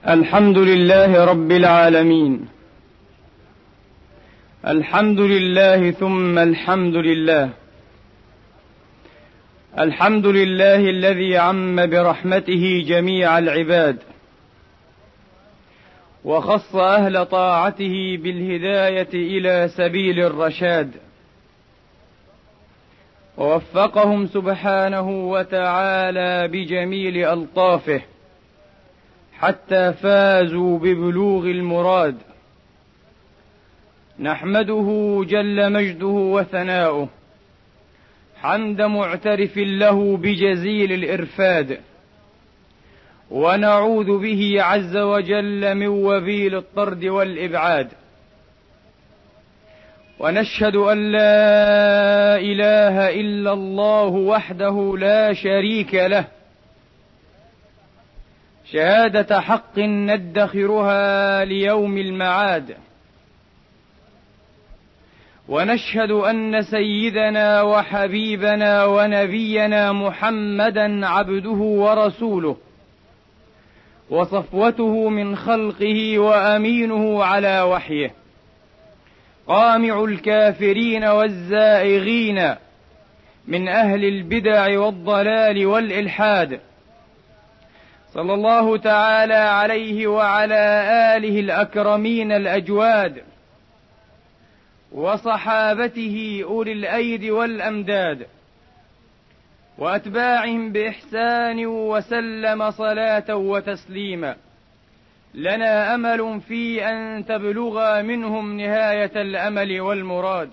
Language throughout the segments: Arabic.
الحمد لله رب العالمين. الحمد لله ثم الحمد لله. الحمد لله الذي عم برحمته جميع العباد، وخص أهل طاعته بالهداية إلى سبيل الرشاد، ووفقهم سبحانه وتعالى بجميل ألطافه حتى فازوا ببلوغ المراد. نحمده جل مجده وثناؤه حمد معترف له بجزيل الإرفاد، ونعوذ به عز وجل من وبيل الطرد والإبعاد. ونشهد أن لا إله إلا الله وحده لا شريك له، شهادة حق ندخرها ليوم المعاد. ونشهد أن سيدنا وحبيبنا ونبينا محمدا عبده ورسوله، وصفوته من خلقه وأمينه على وحيه، قامع الكافرين والزائغين من أهل البدع والضلال والإلحاد، صلى الله تعالى عليه وعلى آله الأكرمين الأجواد، وصحابته أولي الأيدي والأمداد، وأتباعهم بإحسان وسلم صلاة وتسليما. لنا أمل في أن تبلغ منهم نهاية الأمل والمراد.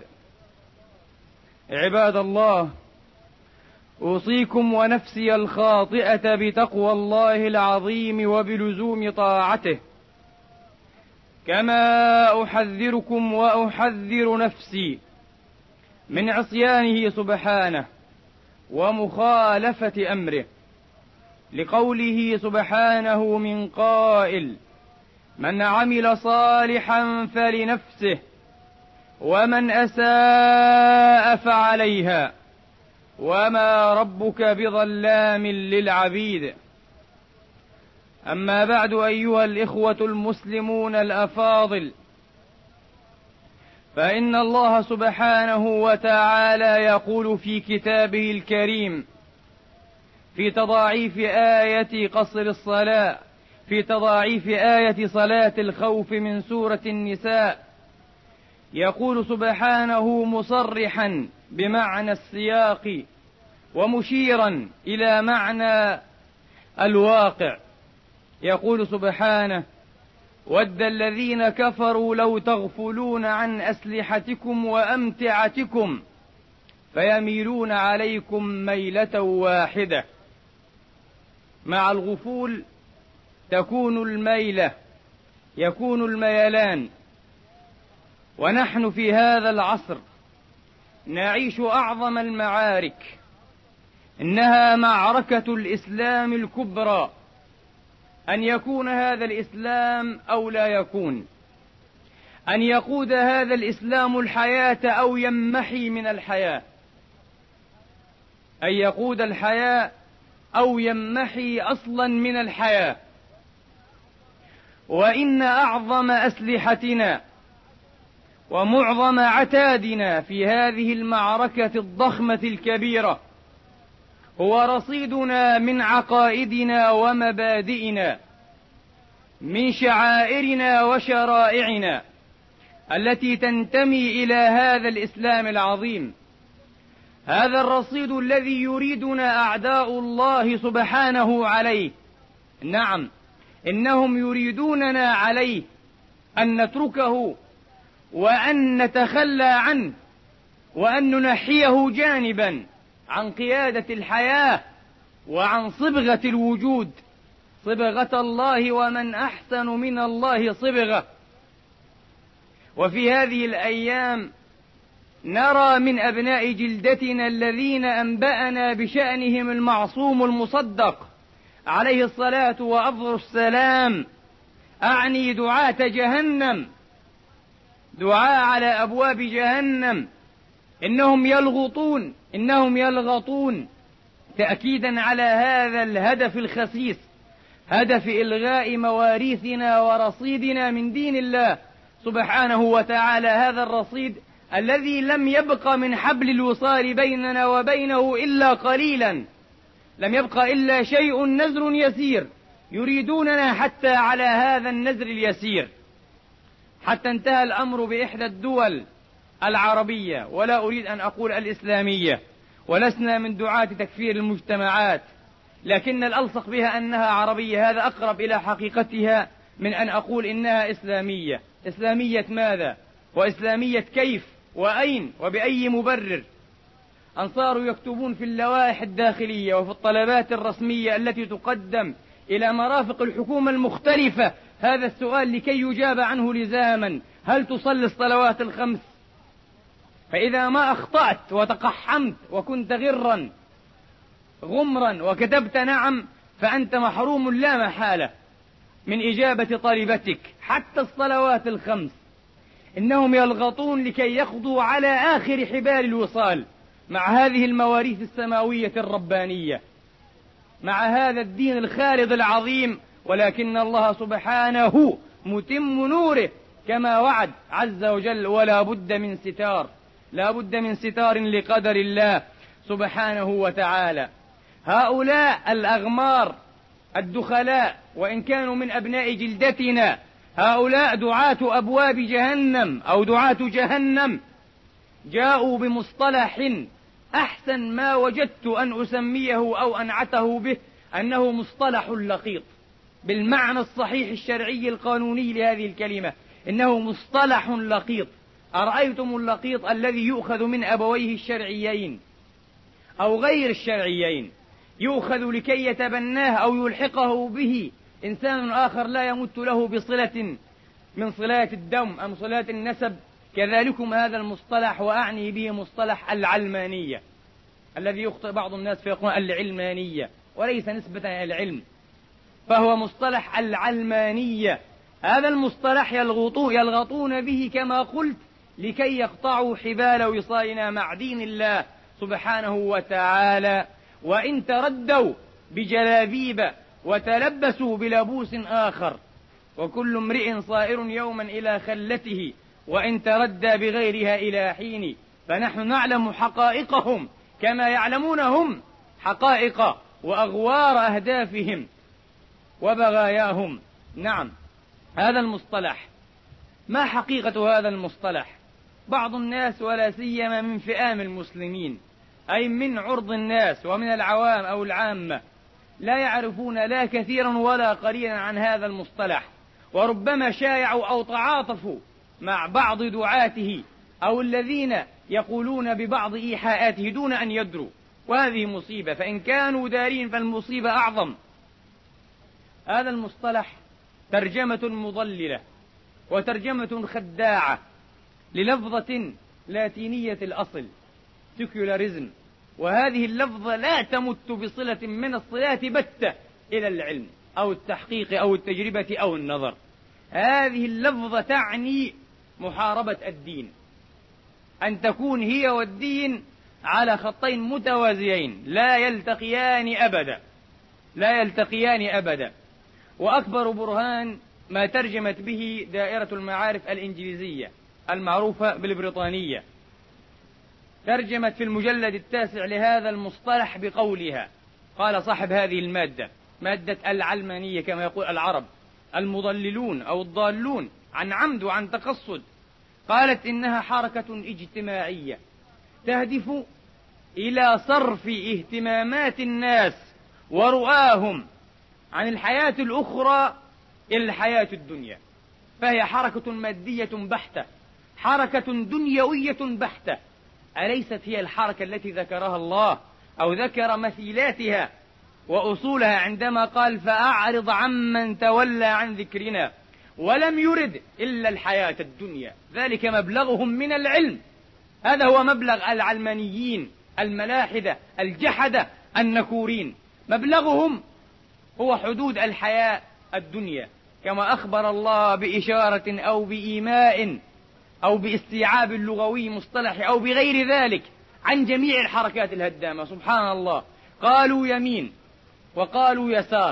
عباد الله، أوصيكم ونفسي الخاطئة بتقوى الله العظيم وبلزوم طاعته، كما أحذركم وأحذر نفسي من عصيانه سبحانه ومخالفة أمره، لقوله سبحانه من قائل: من عمل صالحا فلنفسه ومن أساء فعليها وما ربك بظلام للعبيد. أما بعد، أيها الإخوة المسلمون الأفاضل، فإن الله سبحانه وتعالى يقول في كتابه الكريم في تضاعيف آية قصر الصلاة، في تضاعيف آية صلاة الخوف من سورة النساء، يقول سبحانه مصرحا بمعنى السياق ومشيرا إلى معنى الواقع، يقول سبحانه: ود الذين كفروا لو تغفلون عن أسلحتكم وأمتعتكم فيميلون عليكم ميلة واحدة. مع الغفول تكون الميلة، يكون الميلان. ونحن في هذا العصر نعيش أعظم المعارك، إنها معركة الإسلام الكبرى، أن يكون هذا الإسلام أو لا يكون، أن يقود هذا الإسلام الحياة أو يمحي من الحياة، أن يقود الحياة أو يمحي أصلا من الحياة. وإن أعظم أسلحتنا ومعظم عتادنا في هذه المعركة الضخمة الكبيرة هو رصيدنا من عقائدنا ومبادئنا، من شعائرنا وشرائعنا التي تنتمي إلى هذا الإسلام العظيم. هذا الرصيد الذي يريدنا أعداء الله سبحانه عليه. نعم، إنهم يريدوننا عليه، أن نتركه وأن نتخلى عنه وأن ننحيه جانبا عن قيادة الحياة وعن صبغة الوجود، صبغة الله، ومن أحسن من الله صبغة. وفي هذه الأيام نرى من أبناء جلدتنا الذين أنبأنا بشأنهم المعصوم المصدق عليه الصلاة وأفضل السلام، أعني دعاة جهنم، دعاء على أبواب جهنم، إنهم يلغطون تأكيدا على هذا الهدف الخسيس، هدف إلغاء مواريثنا ورصيدنا من دين الله سبحانه وتعالى، هذا الرصيد الذي لم يبق من حبل الوصال بيننا وبينه إلا قليلا، لم يبق إلا شيء نزر يسير، يريدوننا حتى على هذا النزر اليسير، حتى انتهى الأمر بإحدى الدول العربية، ولا أريد أن أقول الإسلامية، ولسنا من دعاة تكفير المجتمعات، لكن الألصق بها أنها عربية، هذا أقرب إلى حقيقتها من أن أقول إنها إسلامية. إسلامية ماذا؟ وإسلامية كيف؟ وأين؟ وبأي مبرر؟ أن صاروا يكتبون في اللوائح الداخلية وفي الطلبات الرسمية التي تقدم إلى مرافق الحكومة المختلفة هذا السؤال لكي يجاب عنه لزاما: هل تصلي الصلوات الخمس؟ فإذا ما أخطأت وتقحمت وكنت غمرا وكتبت نعم، فأنت محروم لا محالة من إجابة طالبتك. حتى الصلوات الخمس إنهم يلغطون لكي يخضوا على آخر حبال الوصال مع هذه المواريث السماوية الربانية، مع هذا الدين الخالد العظيم، ولكن الله سبحانه متم نوره كما وعد عز وجل، ولا بد من ستار، لا بد من ستار لقدر الله سبحانه وتعالى. هؤلاء الأغمار الدخلاء وإن كانوا من أبناء جلدتنا، هؤلاء دعاة أبواب جهنم أو دعاة جهنم، جاءوا بمصطلح أحسن ما وجدت أن أسميه أو أنعته به أنه مصطلح لقيط بالمعنى الصحيح الشرعي القانوني لهذه الكلمة، إنه مصطلح لقيط. أرأيتم اللقيط الذي يؤخذ من أبويه الشرعيين أو غير الشرعيين، يؤخذ لكي يتبناه أو يلحقه به إنسان آخر لا يمت له بصلة من صلات الدم أم صلات النسب؟ كذلكم هذا المصطلح، وأعني به مصطلح العلمانية الذي يخطئ بعض الناس فيقول العلمانية وليس نسبة إلى العلم، فهو مصطلح العلمانية. هذا المصطلح يلغطون به كما قلت لكي يقطعوا حبال وصالنا مع دين الله سبحانه وتعالى. وإن تردوا بجلابيب وتلبسوا بلبوس آخر، وكل امرئ صائر يوما إلى خلته، وإن تردى بغيرها إلى حين، فنحن نعلم حقائقهم كما يعلمون هم حقائق وأغوار أهدافهم وبغاياهم. نعم، هذا المصطلح، ما حقيقة هذا المصطلح؟ بعض الناس ولا سيما من فئام المسلمين، أي من عرض الناس ومن العوام أو العامة، لا يعرفون لا كثيرا ولا قليلا عن هذا المصطلح، وربما شايعوا أو تعاطفوا مع بعض دعاته أو الذين يقولون ببعض إيحاءاته دون أن يدروا، وهذه مصيبة، فإن كانوا دارين فالمصيبة أعظم. هذا المصطلح ترجمة مضللة وترجمة خداعة للفظة لاتينية الأصل سيكولاريزم، وهذه اللفظة لا تمت بصلة من الصلات بتة إلى العلم أو التحقيق أو التجربة أو النظر. هذه اللفظة تعني محاربة الدين، أن تكون هي والدين على خطين متوازيين لا يلتقيان أبدا. وأكبر برهان ما ترجمت به دائرة المعارف الإنجليزية المعروفة بالبريطانية، ترجمت في المجلد 9 لهذا المصطلح بقولها، قال صاحب هذه المادة، مادة العلمانية كما يقول العرب، المضللون أو الضالون عن عمد وعن تقصد، قالت إنها حركة اجتماعية تهدف إلى صرف اهتمامات الناس ورؤاهم عن الحياة الأخرى إلى الحياة الدنيا، فهي حركة مادية بحتة، حركة دنيوية بحتة. أليست هي الحركة التي ذكرها الله أو ذكر مثيلاتها وأصولها عندما قال فأعرض عمن تولى عن ذكرنا ولم يرد إلا الحياة الدنيا؟ ذلك مبلغهم من العلم، هذا هو مبلغ العلمانيين الملاحدة الجحدة النكورين، مبلغهم هو حدود الحياة الدنيا، كما أخبر الله بإشارة أو بإيماء أو باستيعاب لغوي مصطلح أو بغير ذلك عن جميع الحركات الهدامة. سبحان الله، قالوا يمين وقالوا يسار،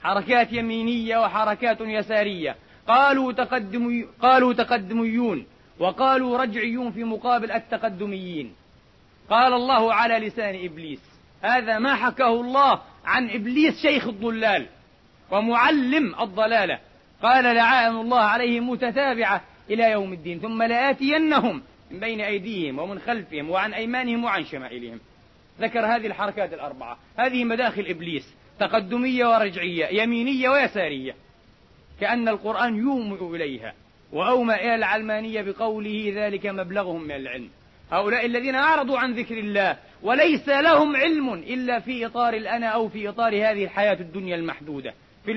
حركات يمينية وحركات يسارية، قالوا تقدميون وقالوا رجعيون في مقابل التقدميين. قال الله على لسان إبليس، هذا ما حكاه الله عن إبليس شيخ الضلال ومعلم الضلالة، قال لعائن الله عليهم متتابعة إلى يوم الدين، ثم لآتينهم من بين أيديهم ومن خلفهم وعن أيمانهم وعن شمائلهم. ذكر هذه الحركات الأربعة، هذه مداخل إبليس، تقدمية ورجعية، يمينية ويسارية، كأن القرآن يومئ إليها. وأومأ إلى العلمانية بقوله ذلك مبلغهم من العلم، هؤلاء الذين أعرضوا عن ذكر الله وليس لهم علم إلا في إطار الأنا أو في إطار هذه الحياة الدنيا المحدودة في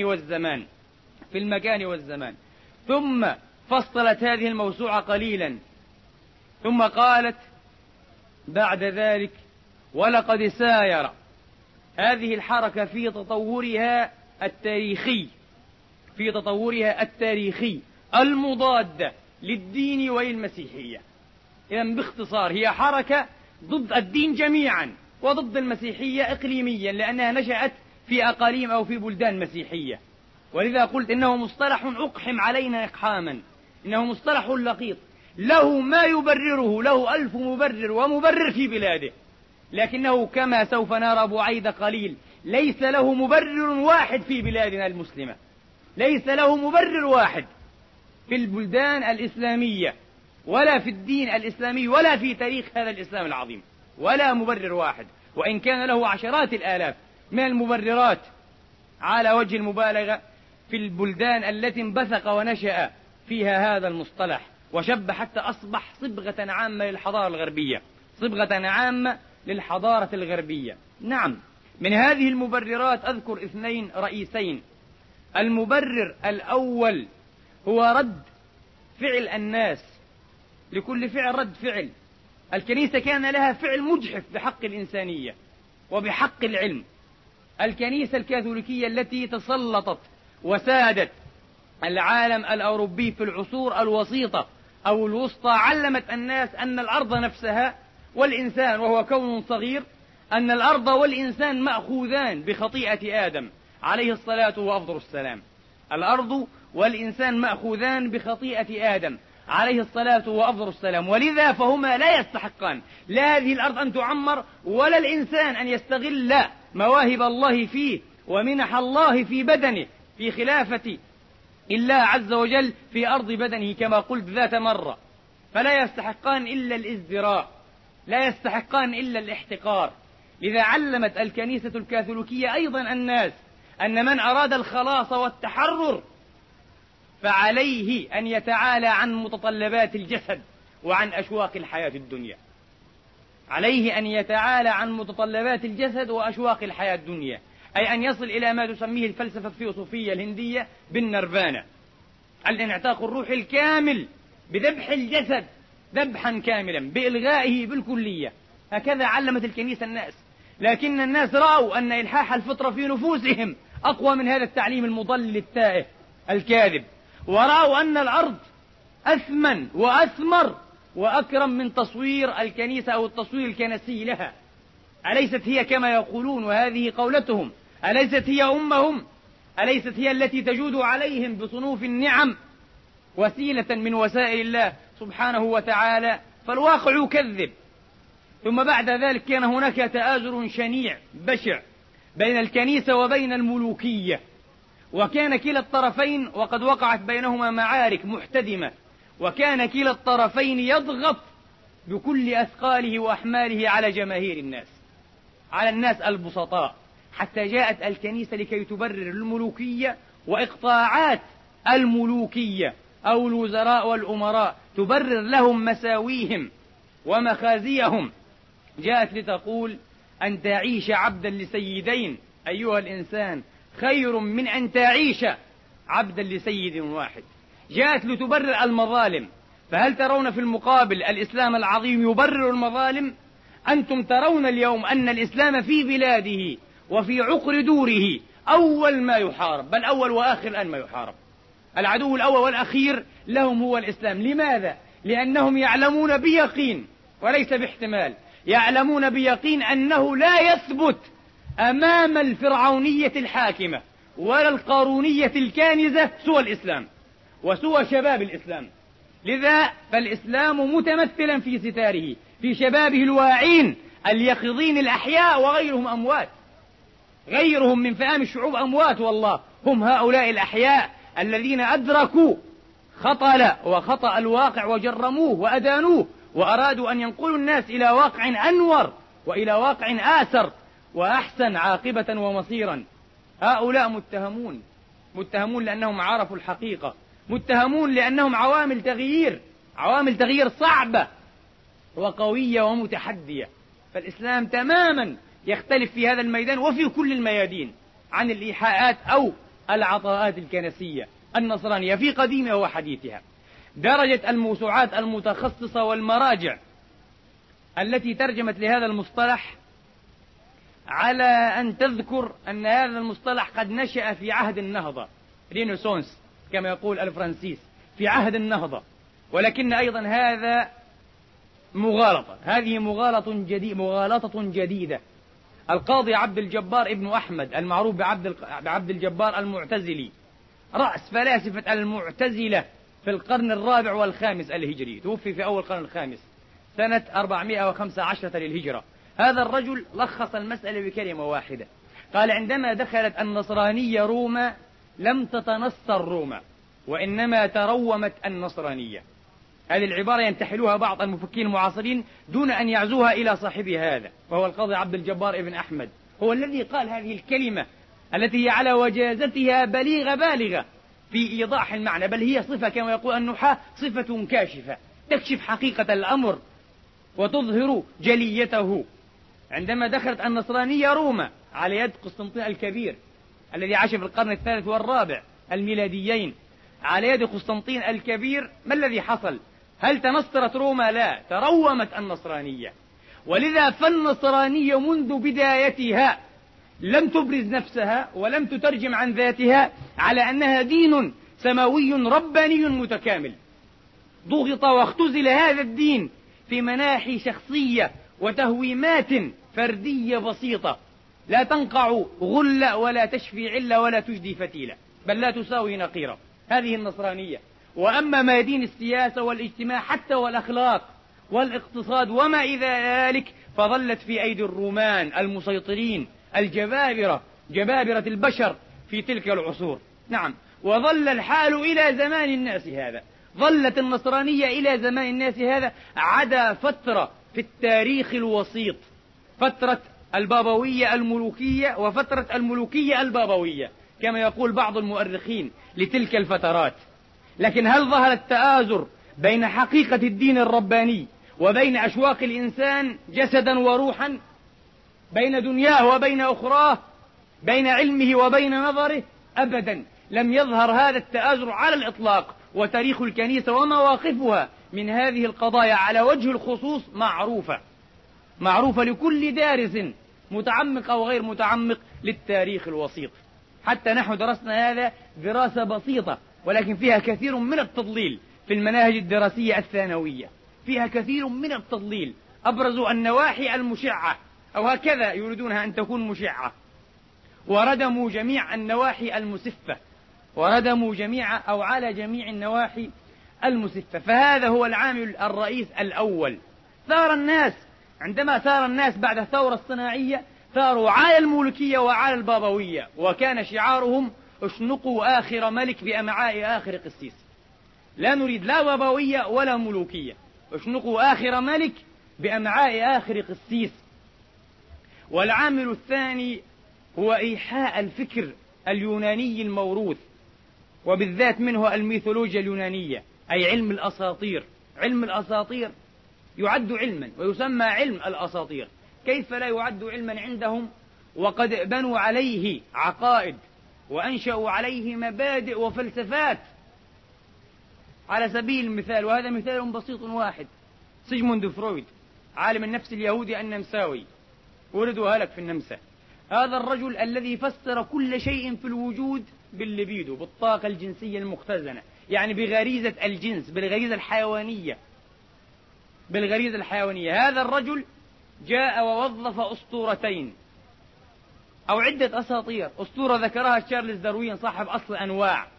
المكان والزمان. ثم فصلت هذه الموسوعة قليلا، ثم قالت بعد ذلك: ولقد ساير هذه الحركة في تطورها التاريخي المضاد للدين وللمسيحية. إذن باختصار هي حركة ضد الدين جميعا وضد المسيحية إقليميا، لأنها نشأت في أقاليم أو في بلدان مسيحية. ولذا قلت إنه مصطلح أقحم علينا إقحاما، إنه مصطلح لقيط له ما يبرره، له 1000 مبرر ومبرر في بلاده، لكنه كما سوف نرى بعيد قليل ليس له مبرر واحد في بلادنا المسلمة، ليس له مبرر واحد في البلدان الإسلامية ولا في الدين الإسلامي ولا في تاريخ هذا الإسلام العظيم، ولا مبرر واحد، وإن كان له عشرات الآلاف من المبررات على وجه المبالغة في البلدان التي انبثق ونشأ فيها هذا المصطلح وشب حتى أصبح صبغة عامة للحضارة الغربية. نعم، من هذه المبررات أذكر 2 رئيسين. المبرر الأول هو رد فعل الناس، لكل فعل رد فعل. الكنيسة كان لها فعل مجحف بحق الإنسانية وبحق العلم. الكنيسة الكاثوليكية التي تسلطت وسادت العالم الأوروبي في العصور الوسيطة أو الوسطى علمت الناس أن الأرض نفسها والإنسان وهو كون صغير، أن الأرض والإنسان مأخوذان بخطيئة آدم عليه الصلاة وأفضل السلام. الأرض والإنسان مأخوذان بخطيئة آدم عليه الصلاة وأفضل السلام، ولذا فهما لا يستحقان لا هذه الأرض أن تعمر ولا الإنسان أن يستغل مواهب الله فيه ومنح الله في بدنه في خلافة الله عز وجل في أرض بدنه كما قلت ذات مرة. فلا يستحقان إلا الازدراء، لا يستحقان إلا الاحتقار. لذا علمت الكنيسة الكاثوليكية أيضا الناس أن من أراد الخلاص والتحرر فعليه أن يتعالى عن متطلبات الجسد وعن أشواق الحياة الدنيا، عليه أن يتعالى عن متطلبات الجسد وأشواق الحياة الدنيا، أي أن يصل إلى ما تسميه الفلسفة الثيوصوفية الهندية بالنيرفانا، الانعتاق الروحي الكامل بذبح الجسد ذبحا كاملا بإلغائه بالكلية. هكذا علمت الكنيسة الناس، لكن الناس رأوا أن إلحاح الفطرة في نفوسهم أقوى من هذا التعليم المضلل التائه الكاذب، ورأوا أن الأرض أثمن وأثمر وأكرم من تصوير الكنيسة أو التصوير الكنسي لها. أليست هي كما يقولون وهذه قولتهم، أليست هي أمهم، أليست هي التي تجود عليهم بصنوف النعم وسيلة من وسائل الله سبحانه وتعالى؟ فالواقع يكذب. ثم بعد ذلك كان هناك تآزر شنيع بشع بين الكنيسة وبين الملوكية، وكان كلا الطرفين وقد وقعت بينهما معارك محتدمة، وكان كلا الطرفين يضغط بكل أثقاله وأحماله على جماهير الناس، على الناس البسطاء، حتى جاءت الكنيسة لكي تبرر الملوكية وإقطاعات الملوكية أو الوزراء والأمراء، تبرر لهم مساويهم ومخازيهم. جاءت لتقول: أن تعيش عبدا لسيدين أيها الإنسان خير من أن تعيش عبدا لسيد واحد. جاءت لتبرر المظالم. فهل ترون في المقابل الإسلام العظيم يبرر المظالم؟ أنتم ترون اليوم أن الإسلام في بلاده وفي عقر دوره أول ما يحارب، بل أول وآخر الآن ما يحارب. العدو الأول والأخير لهم هو الإسلام. لماذا؟ لأنهم يعلمون بيقين وليس باحتمال، يعلمون بيقين أنه لا يثبت أمام الفرعونية الحاكمة ولا القارونية الكانزة سوى الإسلام وسوى شباب الإسلام. لذا فالإسلام متمثلا في ستاره في شبابه الواعين اليقظين الأحياء، وغيرهم أموات، غيرهم من فئام الشعوب أموات والله، هم هؤلاء الأحياء الذين أدركوا خطأ الواقع وجرموه وأدانوه، وأرادوا أن ينقلوا الناس إلى واقع أنور وإلى واقع آسر وأحسن عاقبة ومصيرا. هؤلاء متهمون لأنهم عرفوا الحقيقة، متهمون لأنهم عوامل تغيير صعبة وقوية ومتحدية. فالإسلام تماما يختلف في هذا الميدان وفي كل الميادين عن الإيحاءات أو العطاءات الكنسية النصرانية في قديمها وحديثها. درجة الموسوعات المتخصصة والمراجع التي ترجمت لهذا المصطلح على أن تذكر أن هذا المصطلح قد نشأ في عهد النهضة، رينيسانس كما يقول الفرنسيس، في عهد النهضة، ولكن أيضا هذه مغالطة جديدة. القاضي عبد الجبار ابن أحمد المعروف بعبد الجبار المعتزلي، رأس فلاسفة المعتزلة في القرن الرابع والخامس الهجري، توفي في أول القرن الخامس سنة 415 للهجرة. هذا الرجل لخص المسألة بكلمة واحدة، قال: عندما دخلت النصرانية روما لم تتنصر روما، وإنما ترومت النصرانية. هذه العبارة ينتحلوها بعض المفكرين المعاصرين دون أن يعزوها إلى صاحبها هذا، وهو القاضي عبد الجبار ابن أحمد، هو الذي قال هذه الكلمة التي هي على وجازتها بالغة في إيضاح المعنى، بل هي صفة كما يقول النحاة، صفة كاشفة تكشف حقيقة الأمر وتظهر جليته. عندما دخلت النصرانية روما على يد قسطنطين الكبير الذي عاش في القرن الثالث والرابع الميلاديين، على يد قسطنطين الكبير، ما الذي حصل؟ هل تنصرت روما؟ لا، ترومت النصرانية. ولذا فالنصرانية منذ بدايتها لم تبرز نفسها ولم تترجم عن ذاتها على أنها دين سماوي رباني متكامل. ضغط واختزل هذا الدين في مناحي شخصية وتهويمات فردية بسيطة لا تنقع غلة ولا تشفي علة ولا تجدي فتيلة، بل لا تساوي نقيرة. هذه النصرانية. وأما ميادين السياسة والاجتماع حتى والأخلاق والاقتصاد وما إلى ذلك فظلت في أيدي الرومان المسيطرين جبابرة البشر في تلك العصور. نعم، وظل الحال إلى زمان الناس هذا، ظلت النصرانية إلى زمان الناس هذا، عدا فترة في التاريخ الوسيط، فترة البابوية الملوكية وفترة الملوكية البابوية كما يقول بعض المؤرخين لتلك الفترات. لكن هل ظهر التآزر بين حقيقة الدين الرباني وبين أشواق الإنسان جسدا وروحا، بين دنياه وبين أخراه، بين علمه وبين نظره؟ أبدا، لم يظهر هذا التآزر على الإطلاق. وتاريخ الكنيسة ومواقفها من هذه القضايا على وجه الخصوص معروفة لكل دارس متعمق أو غير متعمق للتاريخ الوسيط. حتى نحن درسنا هذا دراسة بسيطة، ولكن فيها كثير من التضليل في المناهج الدراسية الثانوية، فيها كثير من التضليل. أبرزوا النواحي المشعة، أو هكذا يريدونها أن تكون مشعة، وردموا جميع النواحي المسفة، وردموا على جميع النواحي المسفة. فهذا هو العامل الرئيس الأول. عندما ثار الناس بعد الثورة الصناعية ثاروا على الملكية وعلى البابوية، وكان شعارهم: اشنقوا آخر ملك بأمعاء آخر قسيس. لا نريد لا بابوية ولا ملوكية، اشنقوا آخر ملك بأمعاء آخر قسيس. والعامل الثاني هو إيحاء الفكر اليوناني الموروث، وبالذات منه الميثولوجيا اليونانية، أي علم الأساطير. علم الأساطير يعد علما ويسمى علم الأساطير. كيف لا يعد علما عندهم وقد بنوا عليه عقائد وأنشأوا عليه مبادئ وفلسفات؟ على سبيل المثال، وهذا مثال بسيط واحد، سيغموند فرويد عالم النفس اليهودي النمساوي، ولد وهلك في النمسا. هذا الرجل الذي فسر كل شيء في الوجود بالليبيدو، بالطاقة الجنسية المختزنة، يعني بغريزة الجنس، بالغريزة الحيوانية. هذا الرجل جاء ووظف أو عدة أساطير. أسطورة ذكرها تشارلز داروين صاحب أصل أنواع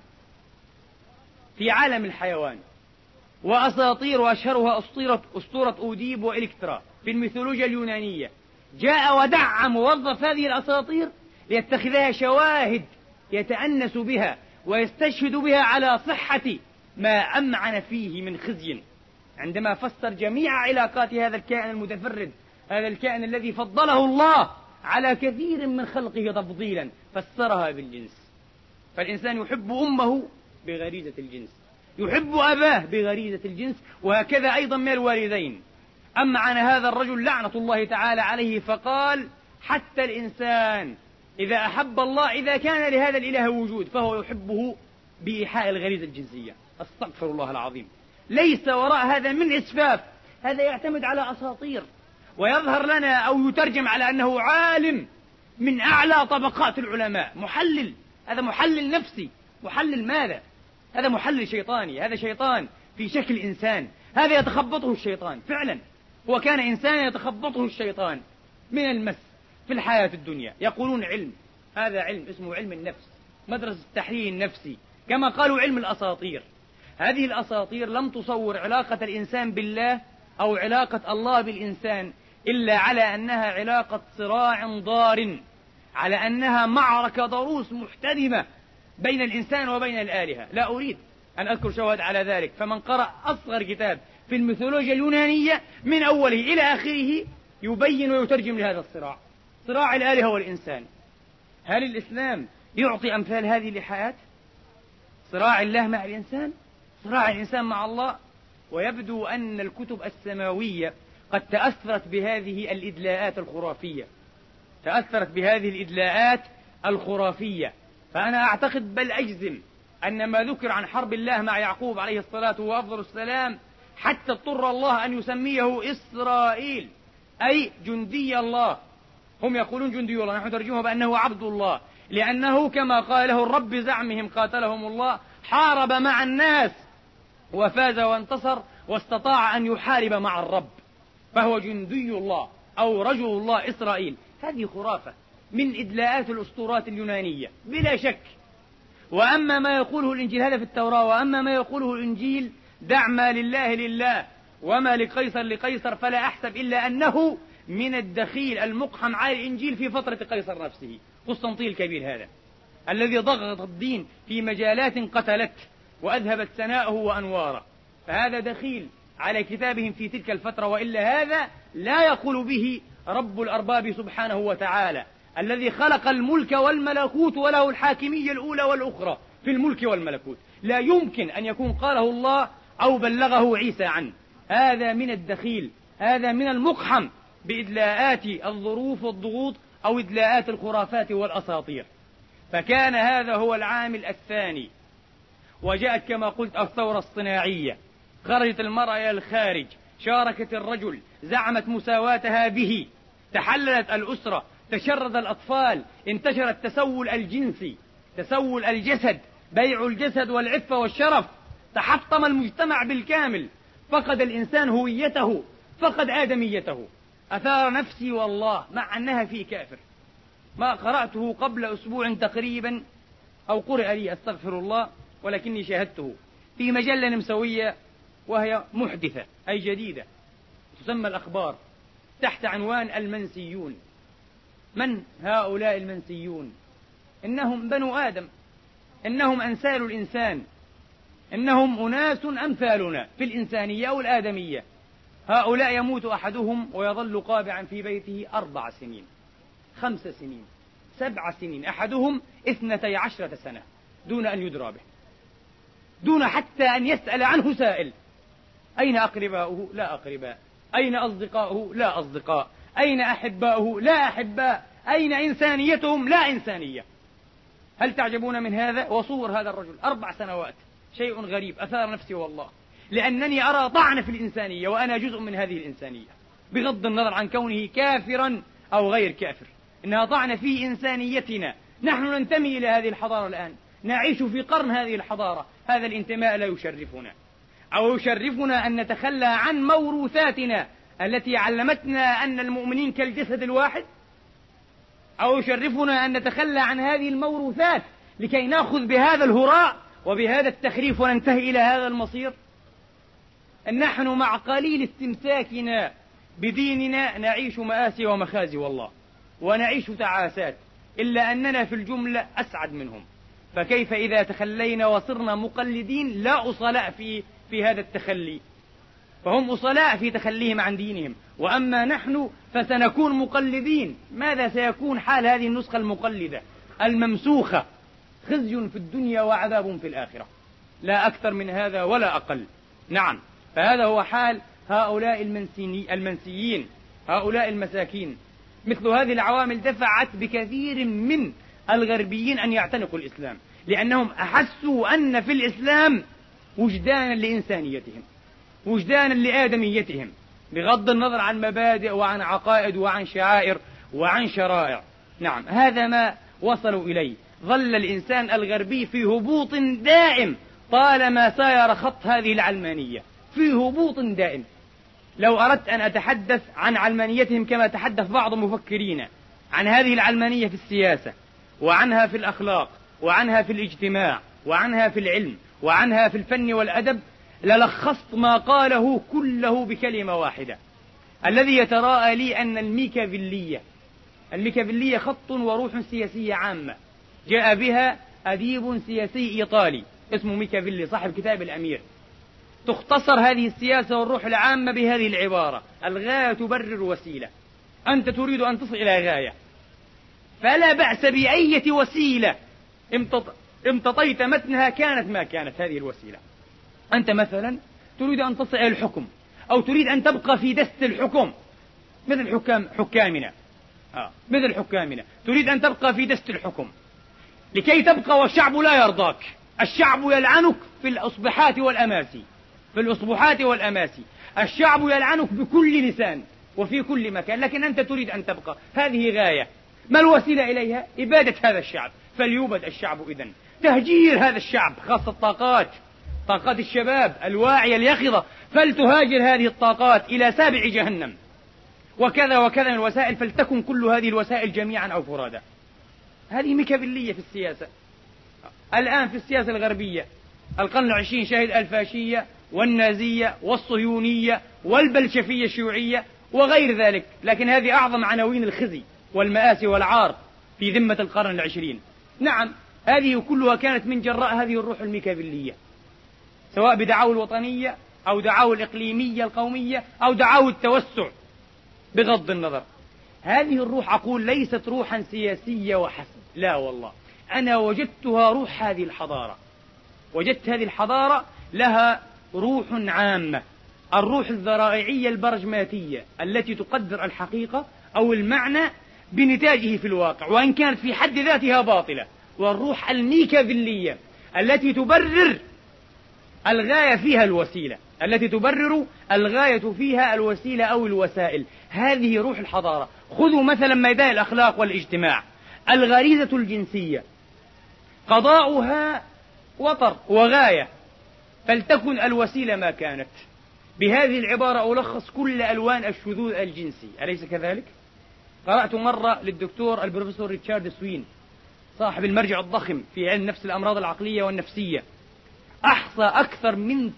في عالم الحيوان، وأساطير، وأشهرها أسطورة أوديب وإلكترا في الميثولوجيا اليونانية. جاء ودعم ووظف هذه الأساطير ليتخذها شواهد يتأنس بها ويستشهد بها على صحة ما أمعن فيه من خزي، عندما فسر جميع علاقات هذا الكائن المتفرد، هذا الكائن الذي فضله الله على كثير من خلقه تفضيلا، فسرها بالجنس. فالإنسان يحب أمه بغريزة الجنس، يحب أباه بغريزة الجنس، وهكذا أيضا من الوالدين. أمعن هذا الرجل لعنة الله تعالى عليه فقال: حتى الإنسان إذا أحب الله، إذا كان لهذا الإله وجود، فهو يحبه بإيحاء الغريزة الجنسية. أستغفر الله العظيم. ليس وراء هذا من إسفاف، هذا يعتمد على أساطير، ويظهر لنا أو يترجم على أنه عالم من أعلى طبقات العلماء، محلل. هذا محلل نفسي. محلل ماذا؟ هذا محلل شيطاني، هذا شيطان في شكل إنسان، هذا يتخبطه الشيطان فعلا. هو كان إنسانا يتخبطه الشيطان من المس في الحياة الدنيا. يقولون علم، هذا علم اسمه علم النفس، مدرسة التحليل النفسي، كما قالوا علم الأساطير. هذه الأساطير لم تصور علاقة الإنسان بالله أو علاقة الله بالإنسان إلا على أنها علاقة صراع ضار، على أنها معركة ضروس محتدمة بين الإنسان وبين الآلهة. لا أريد أن أذكر شواهد على ذلك، فمن قرأ أصغر كتاب في الميثولوجيا اليونانية من أوله إلى آخره يبين ويترجم لهذا الصراع، صراع الآلهة والإنسان. هل الإسلام يعطي أمثال هذه الإيحاءات؟ صراع الله مع الإنسان، صراع الإنسان مع الله. ويبدو أن الكتب السماوية قد تأثرت بهذه الإدلاءات الخرافية، تأثرت بهذه الإدلاءات الخرافية. فأنا أعتقد بل أجزم أن ما ذكر عن حرب الله مع يعقوب عليه الصلاة وأفضل السلام حتى اضطر الله أن يسميه إسرائيل، أي جندي الله. هم يقولون جندي الله، نحن نترجمه بأنه عبد الله، لأنه كما قال له الرب بزعمهم قاتلهم الله حارب مع الناس وفاز وانتصر واستطاع أن يحارب مع الرب، فهو جندي الله أو رجل الله إسرائيل. هذه خرافة من إدلاءات الأسطورات اليونانية بلا شك. وأما ما يقوله الإنجيل، هذا في التوراة، وأما ما يقوله الإنجيل دع ما لله لله وما لقيصر لقيصر، فلا أحسب إلا أنه من الدخيل المقحم على الإنجيل في فترة قيصر نفسه، قسطنطين الكبير هذا الذي ضغط الدين في مجالات قتلت وأذهبت سناءه وأنواره، فهذا دخيل على كتابهم في تلك الفترة. وإلا هذا لا يقول به رب الأرباب سبحانه وتعالى الذي خلق الملك والملكوت وله الحاكمية الأولى والأخرى في الملك والملكوت. لا يمكن أن يكون قاله الله أو بلغه عيسى عنه. هذا من الدخيل، هذا من المقحم بإدلاءات الظروف والضغوط أو إدلاءات الخرافات والأساطير. فكان هذا هو العامل الثاني. وجاءت كما قلت الثورة الصناعية، خرجت المرأة إلى الخارج، شاركت الرجل، زعمت مساواتها به، تحللت الأسرة، تشرد الأطفال، انتشر التسول الجنسي، تسول الجسد، بيع الجسد والعفة والشرف، تحطم المجتمع بالكامل، فقد الإنسان هويته، فقد آدميته. أثار نفسي والله مع أنها في كافر، ما قرأته قبل أسبوع تقريبا أو قرأ لي أستغفر الله، ولكني شاهدته في مجلة نمساوية وهي محدثة أي جديدة، تسمى الأخبار، تحت عنوان المنسيون. من هؤلاء المنسيون؟ إنهم بنو آدم، إنهم أنسال الإنسان، إنهم أناس أمثالنا في الإنسانية أو الآدمية. هؤلاء يموت أحدهم ويظل قابعا في بيته 4 سنين، 5 سنين، 7 سنين، أحدهم 12 سنة دون أن يدرى به، دون حتى أن يسأل عنه سائل. أين أقرباؤه؟ لا أقرباء. أين أصدقاؤه؟ لا أصدقاء. أين أحباؤه؟ لا أحباء. أين إنسانيتهم؟ لا إنسانية. هل تعجبون من هذا؟ وصور هذا الرجل 4 سنوات، شيء غريب أثار نفسي والله، لأنني أرى طعن في الإنسانية وأنا جزء من هذه الإنسانية، بغض النظر عن كونه كافرا أو غير كافر، إنها طعن في إنسانيتنا. نحن ننتمي إلى هذه الحضارة الآن، نعيش في قرن هذه الحضارة. هذا الانتماء لا يشرفنا، أو يشرفنا أن نتخلى عن موروثاتنا التي علمتنا أن المؤمنين كالجسد الواحد. أو يشرفنا أن نتخلى عن هذه الموروثات لكي نأخذ بهذا الهراء وبهذا التخريف وننتهي إلى هذا المصير؟ نحن مع قليل استمساكنا بديننا نعيش مآسي ومخازي والله، ونعيش تعاسات، إلا أننا في الجملة أسعد منهم. فكيف إذا تخلينا وصرنا مقلدين لا أصلاء في هذا التخلي؟ فهم أصلاء في تخليهم عن دينهم، وأما نحن فسنكون مقلدين. ماذا سيكون حال هذه النسخة المقلدة الممسوخة؟ خزي في الدنيا وعذاب في الآخرة، لا أكثر من هذا ولا أقل. نعم، فهذا هو حال هؤلاء المنسيين، هؤلاء المساكين. مثل هذه العوامل دفعت بكثير من الغربيين أن يعتنقوا الإسلام، لأنهم أحسوا أن في الإسلام وجدانا لإنسانيتهم، وجدانا لآدميتهم، بغض النظر عن مبادئ وعن عقائد وعن شعائر وعن شرائع. نعم، هذا ما وصلوا إليه. ظل الإنسان الغربي في هبوط دائم طالما ساير خط هذه العلمانية، في هبوط دائم. لو أردت أن أتحدث عن علمانيتهم كما تحدث بعض المفكرين عن هذه العلمانية في السياسة، وعنها في الأخلاق، وعنها في الاجتماع، وعنها في العلم، وعنها في الفن والأدب، للخصت ما قاله كله بكلمة واحدة. الذي يتراءى لي أن الميكافيلية خط وروح سياسية عامة جاء بها أديب سياسي إيطالي اسمه ميكافيلي صاحب كتاب الأمير. تختصر هذه السياسة والروح العامة بهذه العبارة: الغاية تبرر وسيلة. أنت تريد أن تصل إلى غاية، فلا بأس بأية وسيلة امتطيت متنها كانت ما كانت هذه الوسيلة. أنت مثلا تريد أن تصل إلى الحكم، أو تريد أن تبقى في دست الحكم مثل حكامنا، مثل حكامنا تريد أن تبقى في دست الحكم لكي تبقى والشعب لا يرضاك. الشعب يلعنك في الأصبحات والأماسي، الشعب يلعنك بكل لسان وفي كل مكان، لكن أنت تريد أن تبقى. هذه غاية. ما الوسيلة إليها؟ إبادة هذا الشعب. فليوبد الشعب إذن، تهجير هذا الشعب، خاصة طاقات الشباب الواعية اليقظة، فلتهاجر هذه الطاقات إلى سابع جهنم، وكذا وكذا من الوسائل، فلتكن كل هذه الوسائل جميعا أو فرادا. هذه ميكافيلية في السياسة. الآن في السياسة الغربية القرن العشرين شهد الفاشية والنازية والصهيونية والبلشفية الشيوعية وغير ذلك، لكن هذه أعظم عناوين الخزي والمآسي والعار في ذمة القرن العشرين. نعم، هذه كلها كانت من جراء هذه الروح الميكافيلية، سواء بدعاوى الوطنية أو دعاوى الإقليمية القومية أو دعاوى التوسع، بغض النظر. هذه الروح أقول ليست روحا سياسية وحسب، لا والله، أنا وجدتها روح هذه الحضارة. وجدت هذه الحضارة لها روح عامة، الروح الذرائعية البرجماتية التي تقدر الحقيقة أو المعنى بنتاجه في الواقع، وإن كانت في حد ذاتها باطلة. والروح الميكافيلية التي تبرر الغاية فيها الوسيلة، التي تبرر الغاية فيها الوسيلة أو الوسائل. هذه روح الحضارة. خذوا مثلا ميدان الأخلاق والاجتماع. الغريزة الجنسية قضاؤها وطر وغاية، فلتكن الوسيلة ما كانت. بهذه العبارة ألخص كل ألوان الشذوذ الجنسي، أليس كذلك؟ قرأت مرة للدكتور البروفيسور ريتشارد سوين صاحب المرجع الضخم في علم نفس الأمراض العقلية والنفسية، أحصى أكثر من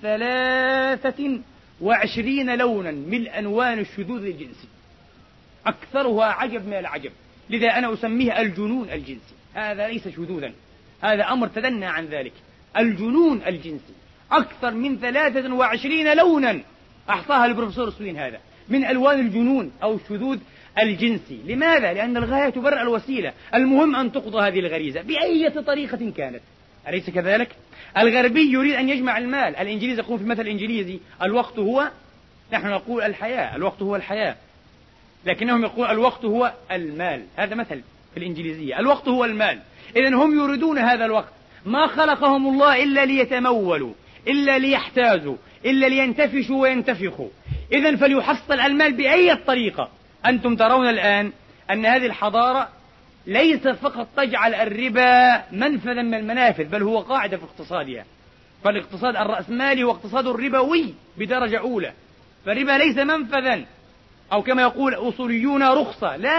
23 لونا من ألوان الشذوذ الجنسي، أكثرها عجب من العجب. لذا أنا أسميه الجنون الجنسي. هذا ليس شذوذا، هذا أمر تدنى عن ذلك. الجنون الجنسي أكثر من 23 لونا أحصاها البروفيسور سوين هذا من ألوان الجنون أو الشذوذ الجنسي. لماذا؟ لأن الغاية تبرر الوسيلة، المهم أن تقضى هذه الغريزة بأي طريقة كانت، أليس كذلك؟ الغربي يريد أن يجمع المال. الإنجليز يقول في المثل الإنجليزي: الوقت هو، نحن نقول الحياة، الوقت هو الحياة، لكنهم يقول الوقت هو المال. هذا مثل في الإنجليزية، الوقت هو المال. إذن هم يريدون هذا الوقت. ما خلقهم الله إلا ليتمولوا، إلا ليحتازوا، إلا لينتفشوا وينتفخوا. إذن فليحصل المال بأي طريقة. أنتم ترون الآن أن هذه الحضارة ليس فقط تجعل الربا منفذا من المنافذ، بل هو قاعدة في اقتصادها. فالاقتصاد الرأسمالي هو اقتصاد الربوي بدرجة أولى. فالربا ليس منفذا، أو كما يقول أصوليون رخصة، لا،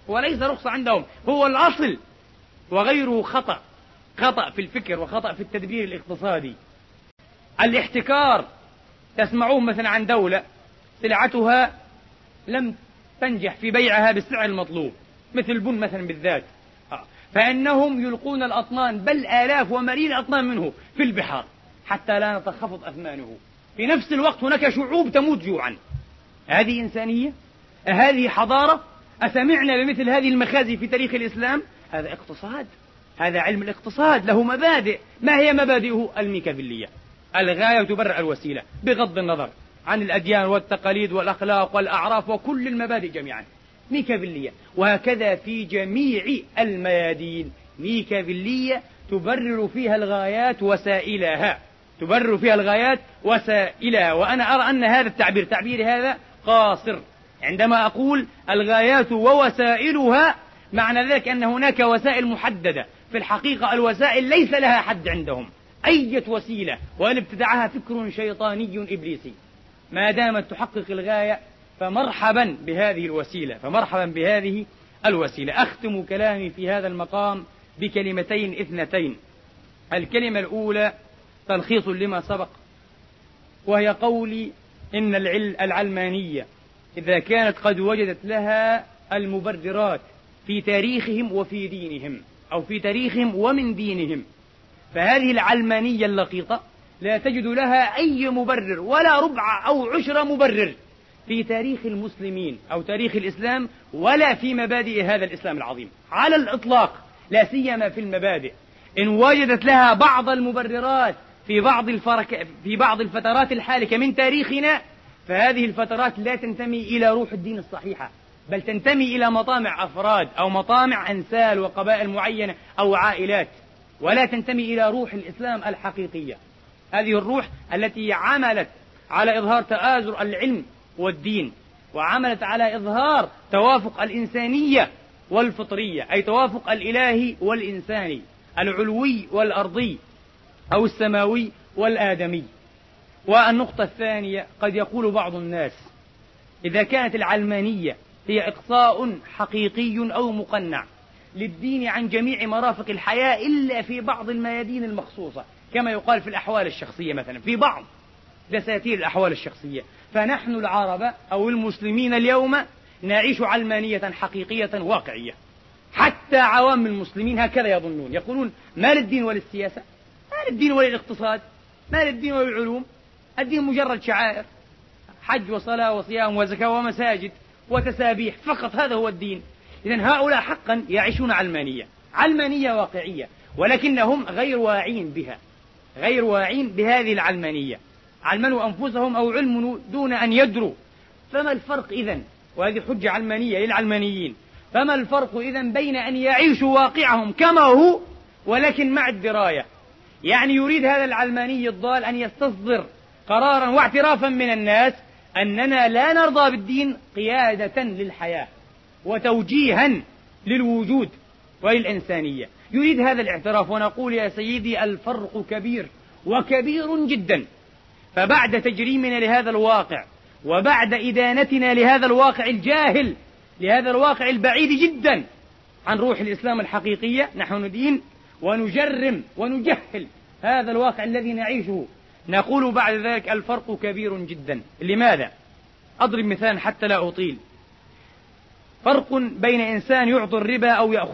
وليس رخصة عندهم، هو الأصل، وغيره خطأ. خطأ في الفكر وخطأ في التدبير الاقتصادي. الاحتكار، تسمعون مثلا عن دولة سلعتها لم تنجح في بيعها بالسعر المطلوب، مثل البن مثلا بالذات، فإنهم يلقون الأطنان، بل آلاف وملايين الأطنان منه في البحار حتى لا نتخفض أثمانه. في نفس الوقت هناك شعوب تموت جوعا. هذه إنسانية؟ هذه حضارة؟ أسمعنا بمثل هذه المخازي في تاريخ الإسلام؟ هذا اقتصاد، هذا علم الاقتصاد له مبادئ. ما هي مبادئه؟ الميكافيلية، الغاية تبرر الوسيلة، بغض النظر عن الأديان والتقاليد والأخلاق والأعراف وكل المبادئ جميعا. ميكافيلية. وهكذا في جميع الميادين، ميكافيلية تبرر فيها الغايات وسائلها، تبرر فيها الغايات وسائلها. وأنا أرى أن هذا التعبير، تعبيري هذا قاصر. عندما أقول الغايات ووسائلها، معنى ذلك أن هناك وسائل محددة. في الحقيقة الوسائل ليس لها حد عندهم، أي وسيلة، وإن ابتدعها فكر شيطاني إبليسي، ما دامت تحقق الغاية فمرحبا بهذه الوسيلة، فمرحبا بهذه الوسيلة. أختم كلامي في هذا المقام بكلمتين اثنتين. الكلمة الأولى تلخيص لما سبق، وهي قولي إن العلمانية إذا كانت قد وجدت لها المبررات في تاريخهم وفي دينهم، أو في تاريخهم ومن دينهم، فهذه العلمانية اللقيطة لا تجد لها أي مبرر ولا ربع أو عشر مبرر في تاريخ المسلمين أو تاريخ الإسلام، ولا في مبادئ هذا الإسلام العظيم على الإطلاق، لا سيما في المبادئ. إن وجدت لها بعض المبررات في بعض الفترات الحالكة من تاريخنا، فهذه الفترات لا تنتمي إلى روح الدين الصحيحة، بل تنتمي إلى مطامع أفراد أو مطامع أنسال وقبائل معينة أو عائلات، ولا تنتمي إلى روح الإسلام الحقيقية. هذه الروح التي عملت على إظهار تآزر العلم والدين، وعملت على إظهار توافق الإنسانية والفطرية، أي توافق الإلهي والإنساني، العلوي والأرضي، أو السماوي والآدمي. والنقطة الثانية، قد يقول بعض الناس إذا كانت العلمانية هي إقصاء حقيقي أو مقنع للدين عن جميع مرافق الحياة إلا في بعض الميادين المخصوصة، كما يقال في الأحوال الشخصية مثلا، في بعض دساتير الأحوال الشخصية، فنحن العرب أو المسلمين اليوم نعيش علمانية حقيقية واقعية. حتى عوام المسلمين هكذا يظنون، يقولون ما للدين وللسياسة، ما للدين وللاقتصاد، ما للدين وللعلوم، الدين مجرد شعائر، حج وصلاة وصيام وزكاة ومساجد وتسابيح فقط، هذا هو الدين. إذن هؤلاء حقا يعيشون علمانية واقعية، ولكنهم غير واعين بها، غير واعين بهذه العلمانية، علمنوا أنفسهم أو علموا دون أن يدروا. فما الفرق إذن؟ وهذه حجة علمانية للعلمانيين. فما الفرق إذن بين أن يعيشوا واقعهم كما هو ولكن مع الدراية؟ يعني يريد هذا العلماني الضال أن يستصدر قرارا واعترافا من الناس أننا لا نرضى بالدين قيادة للحياة وتوجيها للوجود وللإنسانية. يريد هذا الاعتراف، ونقول يا سيدي الفرق كبير وكبير جدا. فبعد تجريمنا لهذا الواقع، وبعد إدانتنا لهذا الواقع الجاهل، لهذا الواقع البعيد جدا عن روح الإسلام الحقيقية، نحن ندين ونجرم ونجهل هذا الواقع الذي نعيشه. نقول بعد ذلك الفرق كبير جدا. لماذا؟ أضرب مثال حتى لا أطيل. فرق بين إنسان يعطي الربا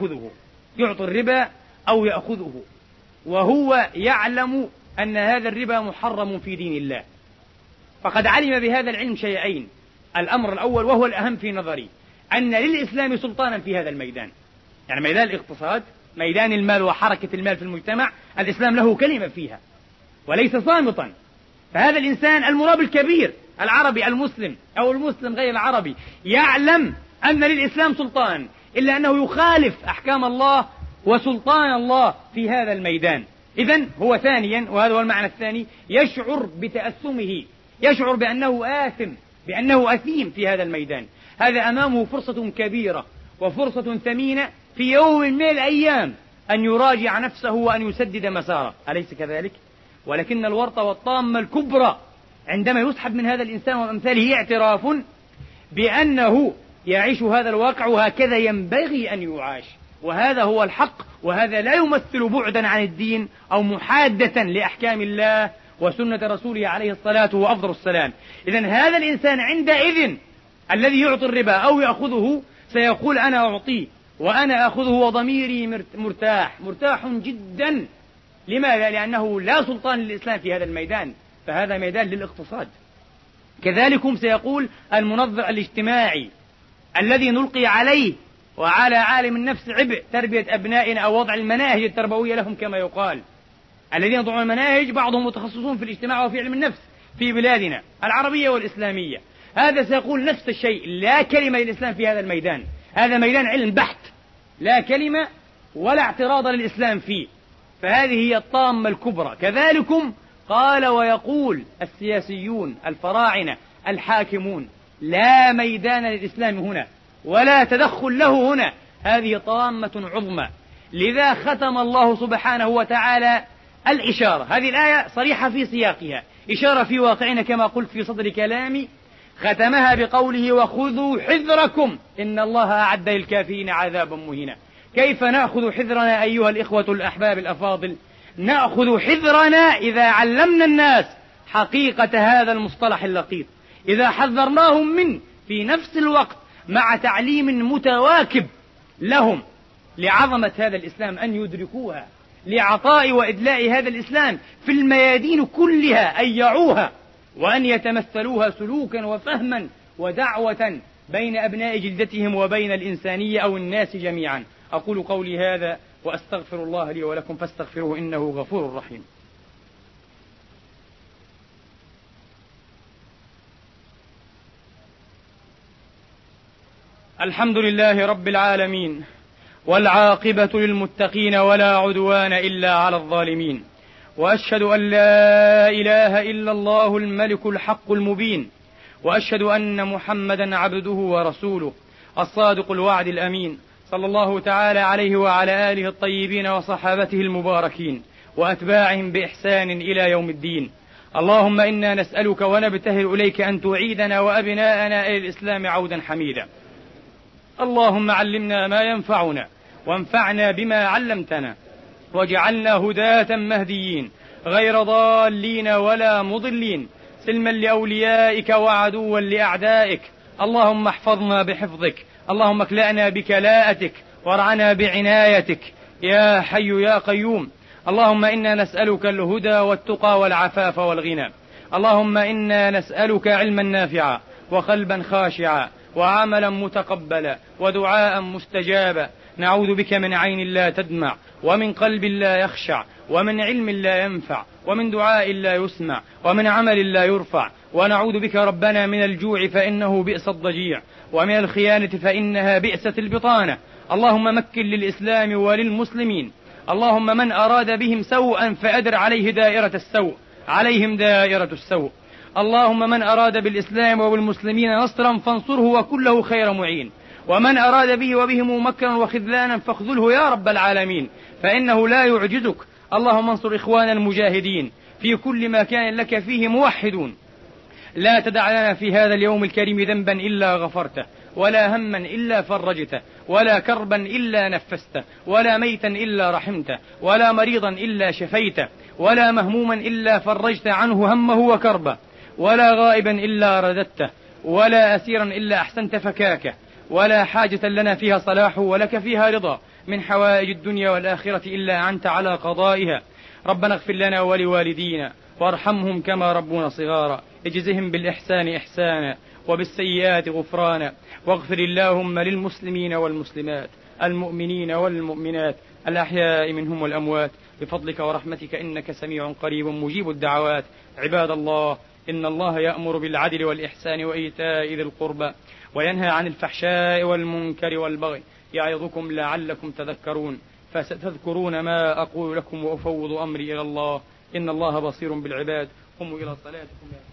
أو يأخذه، وهو يعلم أن هذا الربا محرم في دين الله، فقد علم بهذا العلم شيئين. الأمر الأول وهو الأهم في نظري، أن للإسلام سلطانا في هذا الميدان، يعني ميدان الاقتصاد، ميدان المال وحركة المال في المجتمع، الإسلام له كلمة فيها وليس صامتا. فهذا الإنسان المراب الكبير العربي المسلم أو المسلم غير العربي يعلم أن للإسلام سلطان، إلا أنه يخالف أحكام الله وسلطان الله في هذا الميدان. إذن هو ثانيا، وهذا هو المعنى الثاني، يشعر بتأثمه، يشعر بأنه آثم، بأنه أثيم في هذا الميدان. هذا أمامه فرصة كبيرة وفرصة ثمينة في يوم من الأيام أن يراجع نفسه وأن يسدد مساره، أليس كذلك؟ ولكن الورطة والطامة الكبرى عندما يسحب من هذا الإنسان وأمثاله اعتراف بأنه يعيش هذا الواقع، وهكذا ينبغي أن يعاش، وهذا هو الحق، وهذا لا يمثل بعدا عن الدين أو محادة لأحكام الله وسنة رسوله عليه الصلاة وأفضل السلام. إذن هذا الإنسان عندئذ الذي يعطي الربا أو يأخذه سيقول أنا أعطيه وأنا أخذه وضميري مرتاح جدا. لماذا؟ لأنه لا سلطان للإسلام في هذا الميدان، فهذا ميدان للاقتصاد. كذلكم سيقول المنظر الاجتماعي الذي نلقي عليه وعلى عالم النفس عبء تربية أبنائنا أو وضع المناهج التربوية لهم كما يقال. الذين يضعون المناهج بعضهم متخصصون في الاجتماع وفي علم النفس في بلادنا العربية والإسلامية، هذا سيقول نفس الشيء، لا كلمة للإسلام في هذا الميدان، هذا ميدان علم بحت، لا كلمة ولا اعتراض للإسلام فيه. فهذه هي الطامة الكبرى. كذلكم قال ويقول السياسيون الفراعنة الحاكمون لا ميدان للإسلام هنا ولا تدخل له هنا، هذه طامة عظمى. لذا ختم الله سبحانه وتعالى الإشارة، هذه الآية صريحة في سياقها، إشارة في واقعنا كما قلت في صدر كلامي، ختمها بقوله وخذوا حذركم إن الله أعد للكافرين عذابا مهينا. كيف نأخذ حذرنا أيها الإخوة الأحباب الأفاضل؟ نأخذ حذرنا إذا علمنا الناس حقيقة هذا المصطلح اللطيف، إذا حذرناهم منه في نفس الوقت مع تعليم متواكب لهم لعظمة هذا الإسلام أن يدركوها، لعطاء وإدلاء هذا الإسلام في الميادين كلها، أن يعوها وأن يتمثلوها سلوكا وفهما ودعوة بين أبناء جلدتهم وبين الإنسانية أو الناس جميعا. أقول قولي هذا وأستغفر الله لي ولكم فاستغفروه إنه غفور رحيم. الحمد لله رب العالمين، والعاقبة للمتقين ولا عدوان إلا على الظالمين، وأشهد أن لا إله إلا الله الملك الحق المبين، وأشهد أن محمدا عبده ورسوله الصادق الوعد الأمين، صلى الله تعالى عليه وعلى آله الطيبين وصحابته المباركين وأتباعهم بإحسان إلى يوم الدين. اللهم إنا نسألك ونبتهل إليك أن تعيدنا وأبناءنا إلى الإسلام عودا حميدا. اللهم علمنا ما ينفعنا وانفعنا بما علمتنا، واجعلنا هداة مهديين غير ضالين ولا مضلين، سلما لأوليائك وعدوا لأعدائك. اللهم احفظنا بحفظك، اللهم اكلأنا بكلاءتك وارعنا بعنايتك يا حي يا قيوم. اللهم إنا نسألك الهدى والتقى والعفاف والغنى. اللهم إنا نسألك علما نافعا وقلبا خاشعا وعملا متقبلا ودعاء مستجابا. نعوذ بك من عين لا تدمع ومن قلب لا يخشع ومن علم لا ينفع ومن دعاء لا يسمع ومن عمل لا يرفع. ونعوذ بك ربنا من الجوع فإنه بئس الضجيع، ومن الخيانة فإنها بئست البطانة. اللهم مكن للإسلام وللمسلمين. اللهم من أراد بهم سوءا فأدر عليه دائرة السوء، عليهم دائرة السوء. اللهم من أراد بالإسلام وبالمسلمين نصرا فانصره وكله خير معين، ومن أراد به وبهم مكرا وخذلانا فاخذله يا رب العالمين، فإنه لا يعجزك. اللهم انصر إخوان المجاهدين في كل مكان لك فيه موحدون. لا تدع لنا في هذا اليوم الكريم ذنبا إلا غفرته، ولا هما إلا فرجته، ولا كربا إلا نفسته، ولا ميتا إلا رحمته، ولا مريضا إلا شفيته، ولا مهموما إلا فرجت عنه همه وكربه، ولا غائبا إلا رددته، ولا أسيرا إلا أحسنت فكاكه، ولا حاجة لنا فيها صلاح ولك فيها رضا من حوائج الدنيا والآخرة إلا أعنت على قضائها. ربنا اغفر لنا ولوالدينا وارحمهم كما ربونا صغارا، اجزهم بالإحسان إحسانا وبالسيئات غفرانا. واغفر اللهم للمسلمين والمسلمات المؤمنين والمؤمنات الأحياء منهم والأموات بفضلك ورحمتك إنك سميع قريب مجيب الدعوات. عباد الله، إن الله يأمر بالعدل والإحسان وإيتاء ذي القربى وينهى عن الفحشاء والمنكر والبغي يعظكم لعلكم تذكرون. فستذكرون ما أقول لكم وأفوض أمري إلى الله، إن الله بصير بالعباد. قوموا إلى صلاتكم.